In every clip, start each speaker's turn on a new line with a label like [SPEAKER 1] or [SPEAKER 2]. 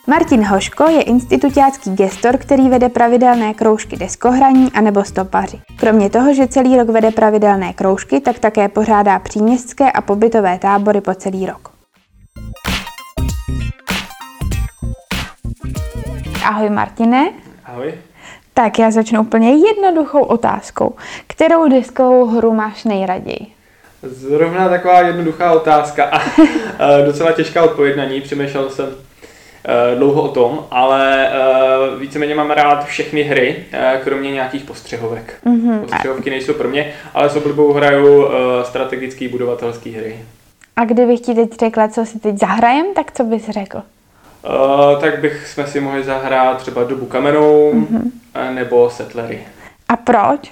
[SPEAKER 1] Martin Hoško je instituťácký gestor, který vede pravidelné kroužky deskohraní anebo stopaři. Kromě toho, že celý rok vede pravidelné kroužky, tak také pořádá příměstské a pobytové tábory po celý rok. Ahoj Martine.
[SPEAKER 2] Ahoj.
[SPEAKER 1] Tak já začnu úplně jednoduchou otázkou. Kterou deskovou hru máš nejraději?
[SPEAKER 2] Zrovna taková jednoduchá otázka a docela těžká odpověď na ní. Přemýšlel jsem dlouho o tom, ale víceméně mám rád všechny hry, kromě nějakých postřehovek. Postřehovky nejsou pro mě, ale s oblibou hraju strategické budovatelské hry.
[SPEAKER 1] A kdybych ti teď řekla, co si teď zahrajem, tak co bys řekl?
[SPEAKER 2] Tak jsme si mohli zahrát třeba Dobu kamennou nebo Settlery.
[SPEAKER 1] A proč?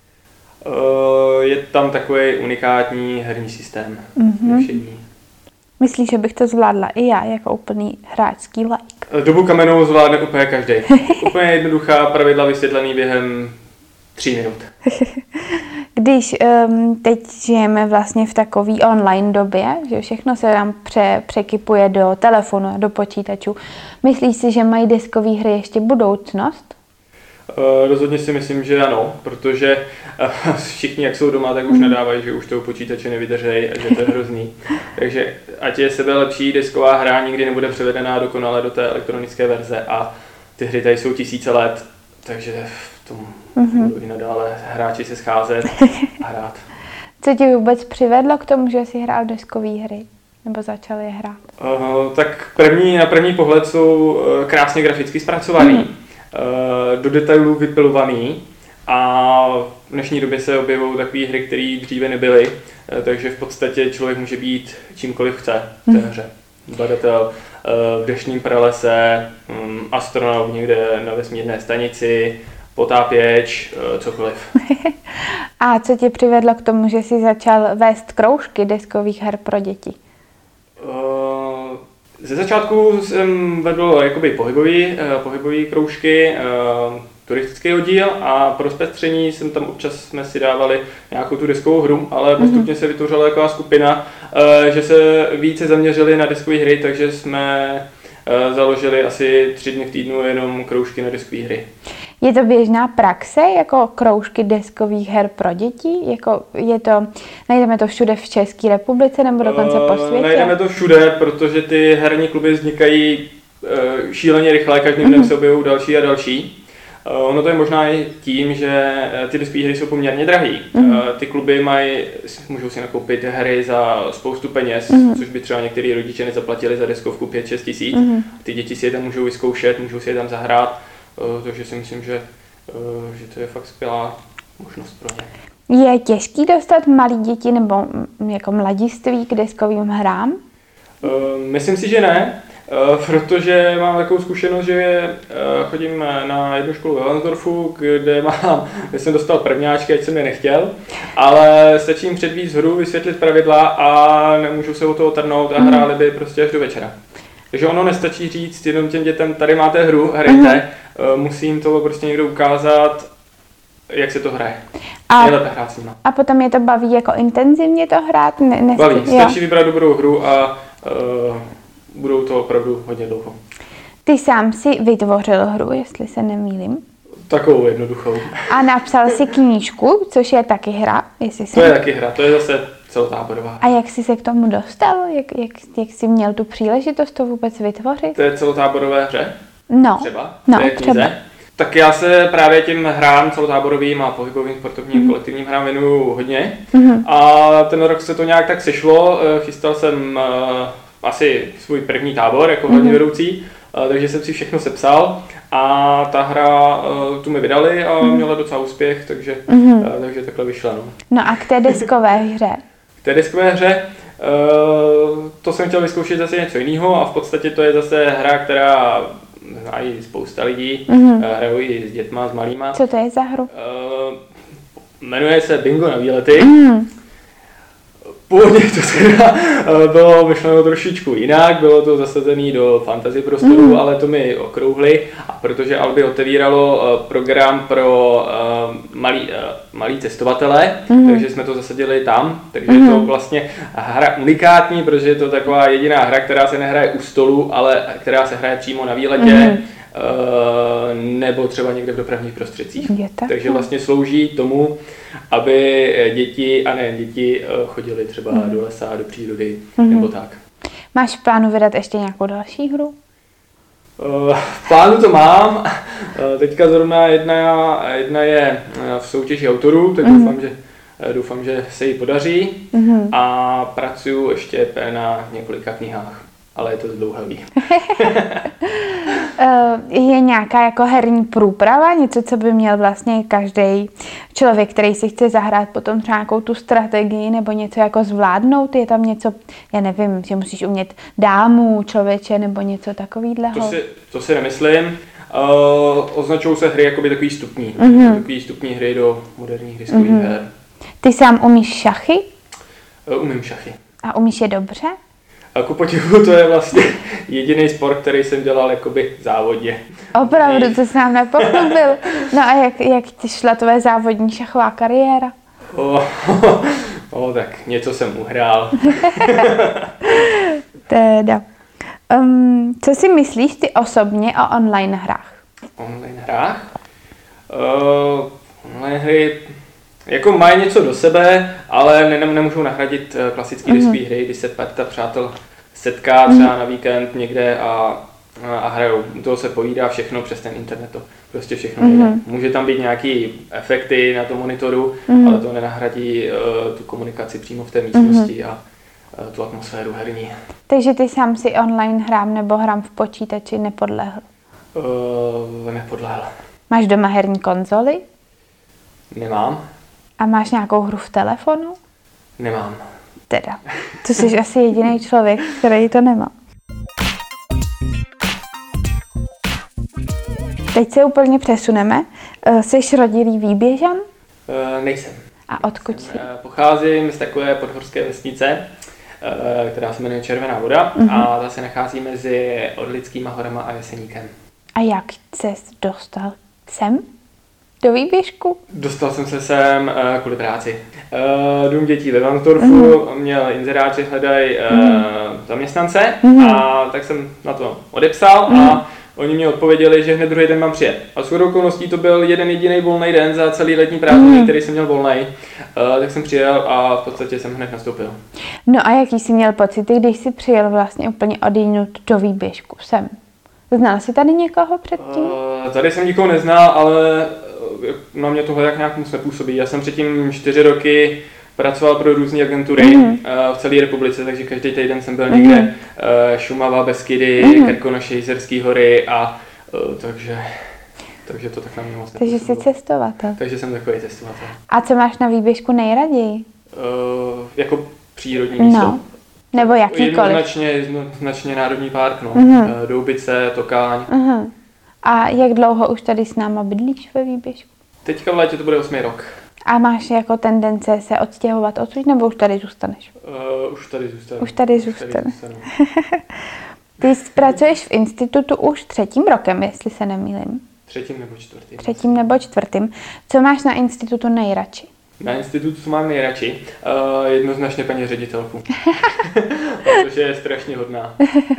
[SPEAKER 2] Je tam takový unikátní herní systém.
[SPEAKER 1] Myslíš, že bych to zvládla i já jako úplný hráčský laik?
[SPEAKER 2] Dobu kamennou zvládne úplně každý. Úplně jednoduchá pravidla vysvětlený během 3 minut.
[SPEAKER 1] Když teď žijeme vlastně v takové online době, že všechno se nám překypuje do telefonu a do počítačů, myslíš si, že mají deskové hry ještě budoucnost?
[SPEAKER 2] Rozhodně si myslím, že ano, protože všichni, jak jsou doma, tak už nadávají, že už toho počítače nevydržejí a že to je hrozný. Takže ať je sebe lepší desková hra, nikdy nebude převedená dokonale do té elektronické verze a ty hry tady jsou tisíce let, takže v tom budou i nadále hráči se scházet a hrát.
[SPEAKER 1] Co tě vůbec přivedlo k tomu, že jsi hrál deskové hry? Nebo začal je hrát?
[SPEAKER 2] Tak na první pohled jsou krásně graficky zpracovaný. Do detailů vypilovaný a v dnešní době se objevují takové hry, které dříve nebyly, takže v podstatě člověk může být čímkoliv chce v té hře. Badatel v deštném pralese, astronaut někde na vesmírné stanici, potápěč, cokoliv.
[SPEAKER 1] A co tě přivedlo k tomu, že jsi začal vést kroužky deskových her pro děti?
[SPEAKER 2] Ze začátku jsem vedl jakoby pohybový kroužky, turistický oddíl a pro zpestření jsme si dávali nějakou tu deskovou hru, ale postupně se vytvořila taková skupina, že se více zaměřili na deskové hry, takže jsme založili asi 3 dny v týdnu jenom kroužky na deskové hry.
[SPEAKER 1] Je to běžná praxe jako kroužky deskových her pro děti? Najdeme to všude v České republice nebo dokonce po světě?
[SPEAKER 2] Najdeme to všude, protože ty herní kluby vznikají šíleně rychle, každým dnem se objevují další a další. Ono to je možná i tím, že ty deskové hry jsou poměrně drahý. Ty kluby můžou si nakoupit hry za spoustu peněz, což by třeba některý rodiče nezaplatili za deskovku 5-6 tisíc. Ty děti si je tam můžou vyzkoušet, můžou si je tam zahrát. Takže si myslím, že to je fakt skvělá možnost pro ně.
[SPEAKER 1] Je těžký dostat malí děti nebo jako mladiství k deskovým hrám?
[SPEAKER 2] Myslím si, že ne, protože mám takovou zkušenost, že chodím na jednu školu ve Varnsdorfu, kde jsem dostal prvňáčky, ať jsem je nechtěl, ale stačí jim předvíst hru, vysvětlit pravidla a nemůžu se o to otrhnout a hráli by prostě až do večera. Takže ono nestačí říct jenom těm dětem, tady máte hru, hrajte, musí jim to prostě někdo ukázat, jak se to hraje. Je lépe hrát s nima.
[SPEAKER 1] A potom je to baví jako intenzivně to hrát?
[SPEAKER 2] Baví, stačí vybrat dobrou hru a budou to opravdu hodně dlouho.
[SPEAKER 1] Ty sám si vytvořil hru, jestli se nemýlím.
[SPEAKER 2] Takovou jednoduchou.
[SPEAKER 1] A napsal si knížku, což je taky hra.
[SPEAKER 2] To je taky hra, to je zase celotáborová.
[SPEAKER 1] A jak jsi se k tomu dostal? Jak jsi měl tu příležitost to vůbec vytvořit?
[SPEAKER 2] To je celotáborové hře?
[SPEAKER 1] No.
[SPEAKER 2] Třeba? Třeba. Tak já se právě těm hrám celotáborovým a pohybovým sportovním kolektivním hrám věnuju hodně. A ten rok se to nějak tak sešlo. Chystal jsem asi svůj první tábor jako hlavní vedoucí, takže jsem si všechno sepsal a ta hra tu mi vydali a měla docela úspěch, takže takhle vyšla.
[SPEAKER 1] No a k té deskové hře?
[SPEAKER 2] K té deskové hře to jsem chtěl vyzkoušet zase něco jiného a v podstatě to je zase hra, která znají spousta lidí, hrajou ji s dětma, s malýma.
[SPEAKER 1] Co to je za hru?
[SPEAKER 2] Jmenuje se Bingo na výlety. Původně to teda bylo myšleno trošičku jinak, bylo to zasazené do fantasy prostoru, ale to mi okrouhli, a protože Albi otevíralo program pro malý cestovatele, takže jsme to zasadili tam, takže je to vlastně hra unikátní, protože je to taková jediná hra, která se nehraje u stolu, ale která se hraje přímo na výletě, nebo třeba někde v dopravních prostředcích. Takže vlastně slouží tomu, aby děti chodili třeba do lesa, do přírody, nebo tak.
[SPEAKER 1] Máš v plánu vydat ještě nějakou další hru?
[SPEAKER 2] V plánu to mám. Teďka zrovna jedna je v soutěži autorů, tak doufám, že se jí podaří. A pracuju ještě na několika knihách. Ale je to zdlouhavý.
[SPEAKER 1] Je nějaká jako herní průprava, něco, co by měl vlastně každý člověk, který si chce zahrát potom třeba nějakou tu strategii nebo něco jako zvládnout? Je tam něco, já nevím, že musíš umět dámu, člověče nebo něco takovýhleho?
[SPEAKER 2] To si nemyslím. Označují se hry jako by takový stupní. Takový stupní hry do moderních diskových her.
[SPEAKER 1] Ty sám umíš šachy?
[SPEAKER 2] Umím šachy.
[SPEAKER 1] A umíš je dobře?
[SPEAKER 2] A ku podivu to je vlastně jediný sport, který jsem dělal jakoby závodně.
[SPEAKER 1] Opravdu, to jsi nám nepochlubil. No a jak ti šla tvoje závodní šachová kariéra?
[SPEAKER 2] Tak něco jsem uhrál.
[SPEAKER 1] Teda. Co si myslíš ty osobně o online hrách?
[SPEAKER 2] Online hrách? Online hry jako mají něco do sebe, ale nemůžou nahradit klasické diskové hry, kdy se parta přátel setká třeba na víkend někde a hrajou. U toho se povídá všechno přes ten internet, to prostě všechno jde. Může tam být nějaký efekty na tom monitoru, ale to nenahradí tu komunikaci přímo v té místnosti a tu atmosféru herní.
[SPEAKER 1] Takže ty sám si online hrám nebo hrám v počítači nepodlehl?
[SPEAKER 2] Nepodlehl.
[SPEAKER 1] Máš doma herní konzoly?
[SPEAKER 2] Nemám.
[SPEAKER 1] A máš nějakou hru v telefonu?
[SPEAKER 2] Nemám.
[SPEAKER 1] Teda, to jsi asi jediný člověk, který to nemá. Teď se úplně přesuneme. Jsi rodilý Výběžan?
[SPEAKER 2] Nejsem.
[SPEAKER 1] A odkud jsi?
[SPEAKER 2] Pocházím z takové podhorské vesnice, která se jmenuje Červená Voda a ta se nachází mezi Orlickýma horama a Jeseníkem.
[SPEAKER 1] A jak ses dostal sem? Do Výběžku?
[SPEAKER 2] Dostal jsem se sem kvůli práci. Dům dětí ve Varnsdorfu měl inzerát, že hledají zaměstnance a tak jsem na to odepsal a oni mi odpověděli, že hned druhý den mám přijet. A shodou okolností to byl jeden jediný volný den za celý letní prázdniny, který jsem měl volný. Tak jsem přijel a v podstatě jsem hned nastoupil.
[SPEAKER 1] No a jaký jsi měl pocity, když jsi přijel vlastně úplně odjinud do Výběžku sem? Znal jsi tady někoho předtím?
[SPEAKER 2] Tady jsem nikoho neznal, ale na mě tohle jak nějak moc nepůsobí. Já jsem předtím 4 roky pracoval pro různé agentury v celé republice, takže každý týden jsem byl někde. Šumava, Beskydy, Krkonoše, Jizerský hory a takže to tak na mě moc nepůsobilo.
[SPEAKER 1] Takže jsi cestovatel.
[SPEAKER 2] Takže jsem takový cestovatel.
[SPEAKER 1] A co máš na Výběžku nejraději?
[SPEAKER 2] Jako přírodní místo.
[SPEAKER 1] No. Nebo jakýkoliv?
[SPEAKER 2] Jednoznačně národní park, no. Doubice, Tokáň.
[SPEAKER 1] A jak dlouho už tady s náma bydlíš ve Výběžku?
[SPEAKER 2] Teďka v létě to bude 8. rok.
[SPEAKER 1] A máš jako tendence se odstěhovat odsud, nebo už tady zůstaneš?
[SPEAKER 2] Už tady zůstanu.
[SPEAKER 1] Ty pracuješ v institutu už 3. rokem, jestli se nemýlím.
[SPEAKER 2] 3. nebo 4.
[SPEAKER 1] 3. nebo 4. Co máš na institutu nejradši?
[SPEAKER 2] Na institutu mám nejradši jednoznačně paní ředitelku, protože je strašně hodná.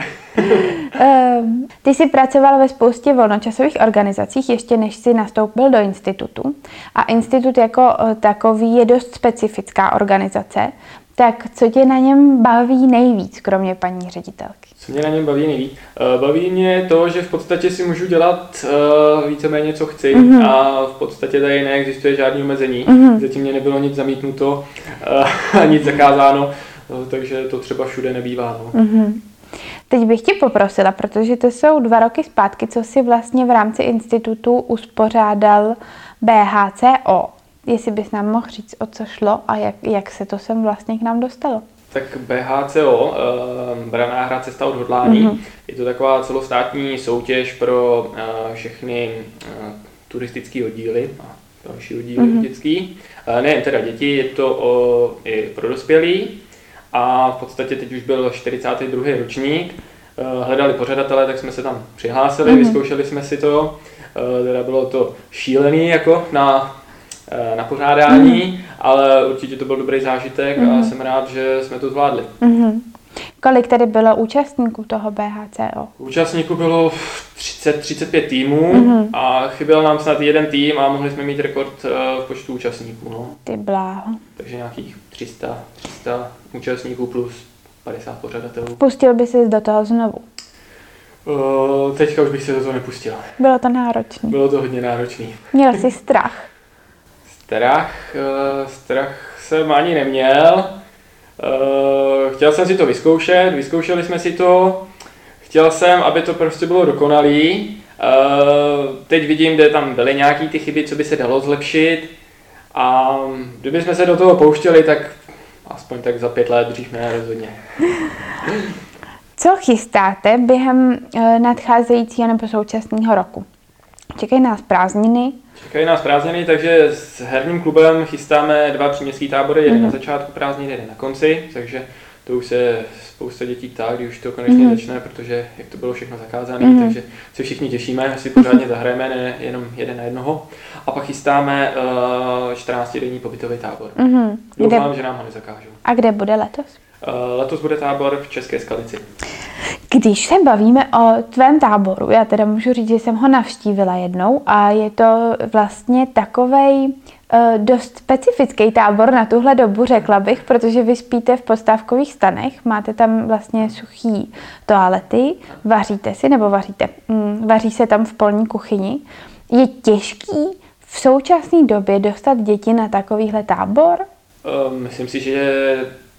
[SPEAKER 1] Ty jsi pracoval ve spoustě volnočasových organizacích, ještě než jsi nastoupil do institutu. A institut jako takový je dost specifická organizace. Tak co tě na něm baví nejvíc, kromě paní ředitelky?
[SPEAKER 2] Co mě na něm baví nejvíc? Baví mě to, že v podstatě si můžu dělat víceméně co chci a v podstatě tady neexistuje žádné omezení. Zatím mě nebylo nic zamítnuto a nic zakázáno, takže to třeba všude nebývá. No.
[SPEAKER 1] Teď bych tě poprosila, protože to jsou 2 roky zpátky, co si vlastně v rámci institutu uspořádal BHCO. Jestli bys nám mohl říct, o co šlo a jak se to sem vlastně k nám dostalo.
[SPEAKER 2] Tak BHCO, Branná hra cesta odhodlání, je to taková celostátní soutěž pro všechny turistické oddíly a další oddíly dětský. Nejen teda děti, je to i pro dospělí. a v podstatě teď už byl 42. ročník. Hledali pořadatele, tak jsme se tam přihlásili, vyzkoušeli jsme si to. Teda bylo to šílený jako na pořádání, ale určitě to byl dobrý zážitek a jsem rád, že jsme to zvládli.
[SPEAKER 1] Kolik tady bylo účastníků toho BHCO?
[SPEAKER 2] Účastníků bylo 35 týmů a chyběl nám snad jeden tým a mohli jsme mít rekord v počtu účastníků. No.
[SPEAKER 1] Ty bláho.
[SPEAKER 2] Takže nějakých 300 účastníků plus 50 pořadatelů.
[SPEAKER 1] Pustil by ses do toho znovu?
[SPEAKER 2] Teďka už bych se do toho nepustil.
[SPEAKER 1] Bylo to náročné.
[SPEAKER 2] Bylo to hodně náročný.
[SPEAKER 1] Měl jsi strach?
[SPEAKER 2] Strach jsem ani neměl. Chtěl jsem si to vyzkoušeli jsme si to. Chtěl jsem, aby to prostě bylo dokonalý. Teď vidím, kde tam byly nějaký ty chyby, co by se dalo zlepšit. A kdybychom se do toho pouštěli, tak aspoň tak za 5 let, dřív ne, rozhodně.
[SPEAKER 1] Co chystáte během nadcházejícího nebo současného roku? Čekají nás prázdniny.
[SPEAKER 2] Takže s herním klubem chystáme 2 příměstské tábory, jeden na začátku prázdnin, jeden na konci, takže to už se spousta dětí ptá, když už to konečně začne, protože jak to bylo všechno zakázané, takže se všichni těšíme, že si pořádně zahrajeme, ne jenom jeden na jednoho. A pak chystáme 14denní pobytový tábor. Doufám, že nám ho nezakážou.
[SPEAKER 1] A kde bude letos?
[SPEAKER 2] Letos bude tábor v České Skalici.
[SPEAKER 1] Když se bavíme o tvém táboru, já teda můžu říct, že jsem ho navštívila jednou a je to vlastně takovej dost specifický tábor na tuhle dobu, řekla bych, protože vy spíte v podstávkových stanech, máte tam vlastně suchý toalety, vaří se tam v polní kuchyni. Je těžký v současné době dostat děti na takovýhle tábor?
[SPEAKER 2] Myslím si, že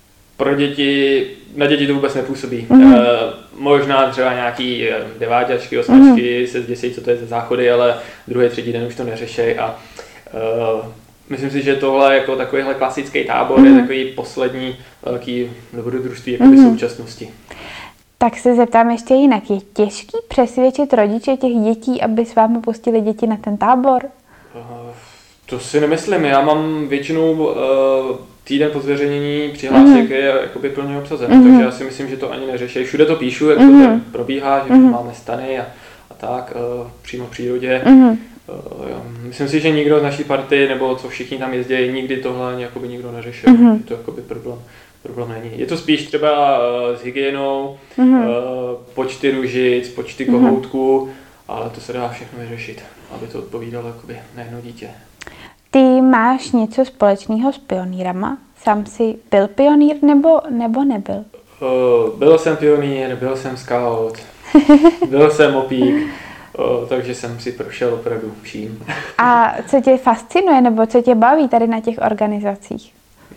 [SPEAKER 2] na děti to vůbec nepůsobí. Možná třeba nějaký deváťačky, osmačky se zděsí, co to je za záchody, ale druhý, třetí den už to neřešej a myslím si, že tohle jako takovýhle klasický tábor je takový poslední velký dobrodružství jakoby současnosti.
[SPEAKER 1] Tak se zeptám ještě jinak. Je těžký přesvědčit rodiče těch dětí, aby s vámi pustili děti na ten tábor?
[SPEAKER 2] To si nemyslím. Já mám většinou týden po zveřejnění přihlášek je jakoby plně obsazen, takže já si myslím, že to ani neřeší. Všude to píšu, jak to probíhá, že máme stany a tak přímo v přírodě. Myslím si, že nikdo z naší party, nebo co všichni tam jezdí, nikdy tohle jakoby nikdo neřešil. To jakoby problém není. Je to spíš třeba s hygienou, počty ružic, počty kohoutků, ale to se dá všechno vyřešit, aby to odpovídalo jakoby na jedno dítě.
[SPEAKER 1] Ty máš něco společného s pionýrama? Sám jsi byl pionýr nebo nebyl?
[SPEAKER 2] Byl jsem pionýr, byl jsem scout, byl jsem opík, takže jsem si prošel opravdu vším.
[SPEAKER 1] A co tě fascinuje nebo co tě baví tady na těch organizacích?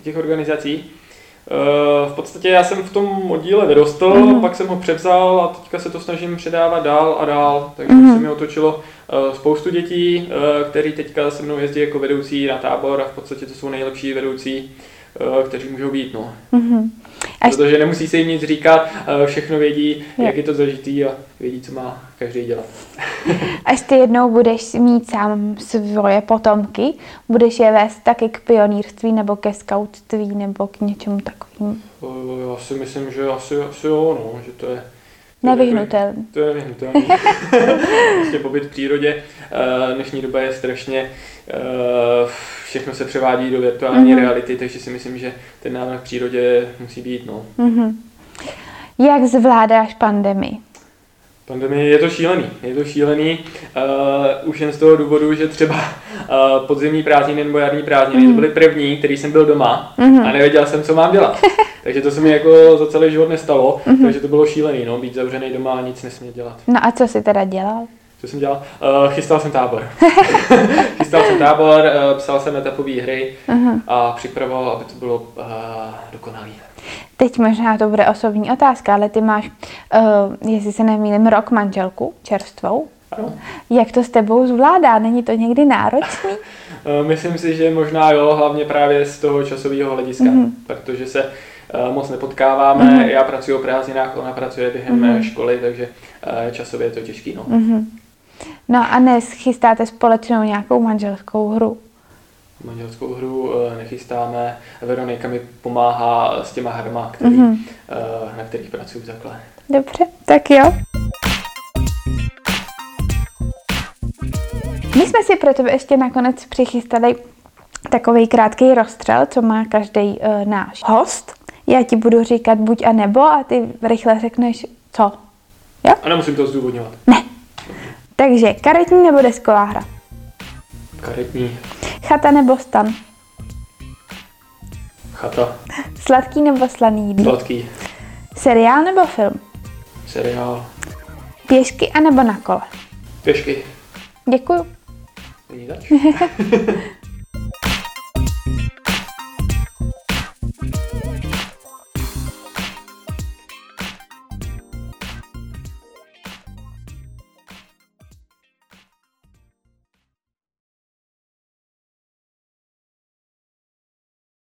[SPEAKER 2] V podstatě já jsem v tom oddíle vyrostl, pak jsem ho převzal a teďka se to snažím předávat dál a dál, takže se mi otočilo spoustu dětí, který teďka se mnou jezdí jako vedoucí na tábor a v podstatě to jsou nejlepší vedoucí, kteří můžou být. No. Protože nemusí se jim nic říkat, všechno vědí, jak je to zažitý a vědí, co má každý dělat.
[SPEAKER 1] Až ty jednou budeš mít sám svoje potomky, budeš je vést taky k pionýrství nebo ke skautství nebo k něčemu takovému?
[SPEAKER 2] Já si myslím, že asi jo, no, že to je
[SPEAKER 1] nevyhnutelný.
[SPEAKER 2] To je nevyhnutelný. Prostě pobyt v přírodě. Dnešní doba je strašně, všechno se převádí do virtuální reality, takže si myslím, že ten návrat v přírodě musí být. No.
[SPEAKER 1] Jak zvládáš pandemii?
[SPEAKER 2] Pandemie je to šílený. Už jen z toho důvodu, že třeba podzimní prázdniny nebo jarní prázdniny to byly první, který jsem byl doma a nevěděl jsem, co mám dělat. Takže to se mi jako za celý život nestalo, takže to bylo šílený, no, být zavřený doma a nic nesmět dělat.
[SPEAKER 1] No a co jsi teda dělal?
[SPEAKER 2] Co jsem dělal? Chystal jsem tábor. Psal jsem etapové hry a připravoval, aby to bylo dokonalý.
[SPEAKER 1] Teď možná to bude osobní otázka, ale ty máš, jestli se nemýlím, rok manželku čerstvou.
[SPEAKER 2] Ano.
[SPEAKER 1] Jak to s tebou zvládá? Není to někdy náročný?
[SPEAKER 2] Myslím si, že možná jo, hlavně právě z toho časového hlediska, protože se moc nepotkáváme. Já pracuji o prázdninách, ona pracuje během školy, takže časově je to těžký. No.
[SPEAKER 1] No a dnes chystáte společnou nějakou manželskou hru?
[SPEAKER 2] Manželskou hru nechystáme. Veronika mi pomáhá s těma hrama, na kterých pracuji takhle.
[SPEAKER 1] Dobře, tak jo. My jsme si pro tebe ještě nakonec přichystali takový krátký rozstřel, co má každý náš host. Já ti budu říkat buď a nebo a ty rychle řekneš co. Jo?
[SPEAKER 2] A nemusím to zdůvodňovat.
[SPEAKER 1] Ne. Takže karetní nebo desková hra?
[SPEAKER 2] Karetní.
[SPEAKER 1] Chata nebo stan?
[SPEAKER 2] Chata.
[SPEAKER 1] Sladký nebo slaný jídlo?
[SPEAKER 2] Sladký.
[SPEAKER 1] Seriál nebo film?
[SPEAKER 2] Seriál.
[SPEAKER 1] Pěšky a nebo na kole?
[SPEAKER 2] Pěšky.
[SPEAKER 1] Děkuju.
[SPEAKER 2] Není zač.